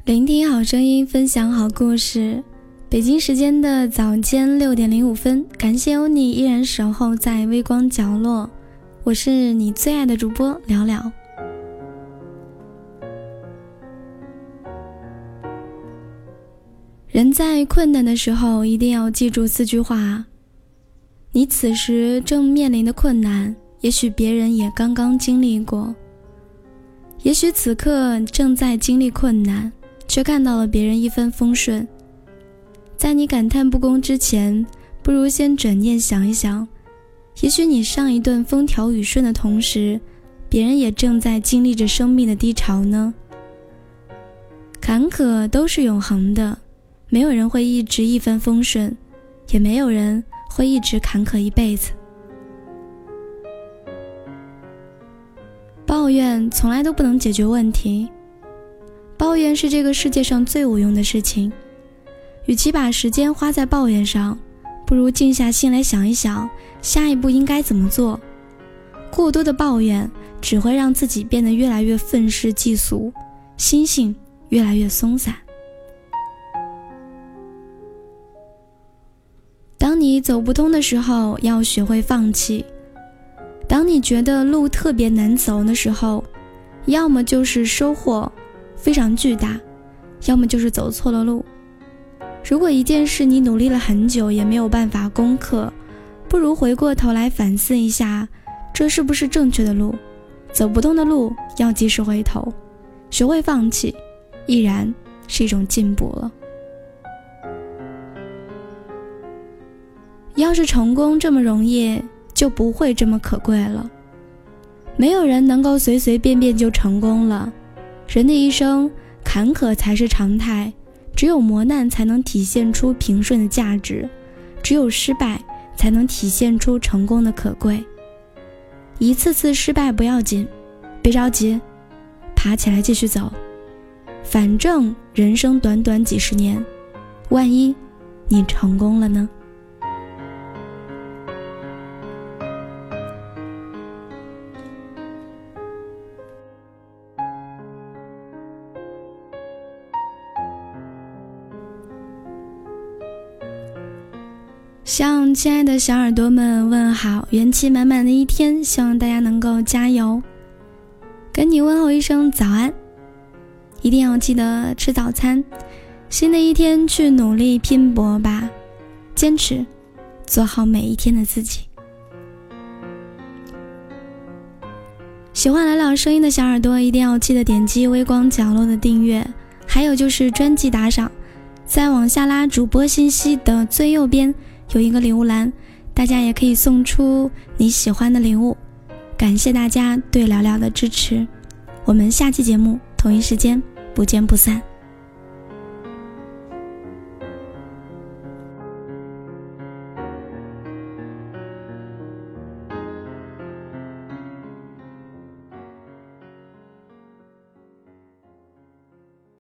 聆听好声音，分享好故事。北京时间的早间6点05分，感谢有你依然守候在微光角落，我是你最爱的主播聊聊。人在困难的时候一定要记住4句话。你此时正面临的困难，也许别人也刚刚经历过，也许此刻正在经历困难，却看到了别人一帆风顺。在你感叹不公之前，不如先转念想一想，也许你上一段风调雨顺的同时，别人也正在经历着生命的低潮呢。坎坷都是永恒的，没有人会一直一帆风顺，也没有人会一直坎坷一辈子。抱怨从来都不能解决问题，抱怨是这个世界上最无用的事情。与其把时间花在抱怨上，不如静下心来想一想，下一步应该怎么做。过多的抱怨只会让自己变得越来越愤世嫉俗，心性越来越松散。当你走不通的时候，要学会放弃。当你觉得路特别难走的时候，要么就是收获非常巨大，要么就是走错了路。如果一件事你努力了很久也没有办法攻克，不如回过头来反思一下，这是不是正确的路？走不通的路要及时回头，学会放弃，依然是一种进步了。要是成功这么容易，就不会这么可贵了。没有人能够随随便便就成功了，人的一生坎坷才是常态，只有磨难才能体现出平顺的价值，只有失败才能体现出成功的可贵。一次次失败不要紧，别着急，爬起来继续走，反正人生短短几十年，万一你成功了呢？向亲爱的小耳朵们问好，元气满满的一天，希望大家能够加油。跟你问候一声早安，一定要记得吃早餐。新的一天去努力拼搏吧，坚持做好每一天的自己。喜欢聊聊声音的小耳朵一定要记得点击微光角落的订阅，还有就是专辑打赏，再往下拉主播信息的最右边有一个礼物栏，大家也可以送出你喜欢的礼物。感谢大家对聊聊的支持，我们下期节目同一时间不见不散。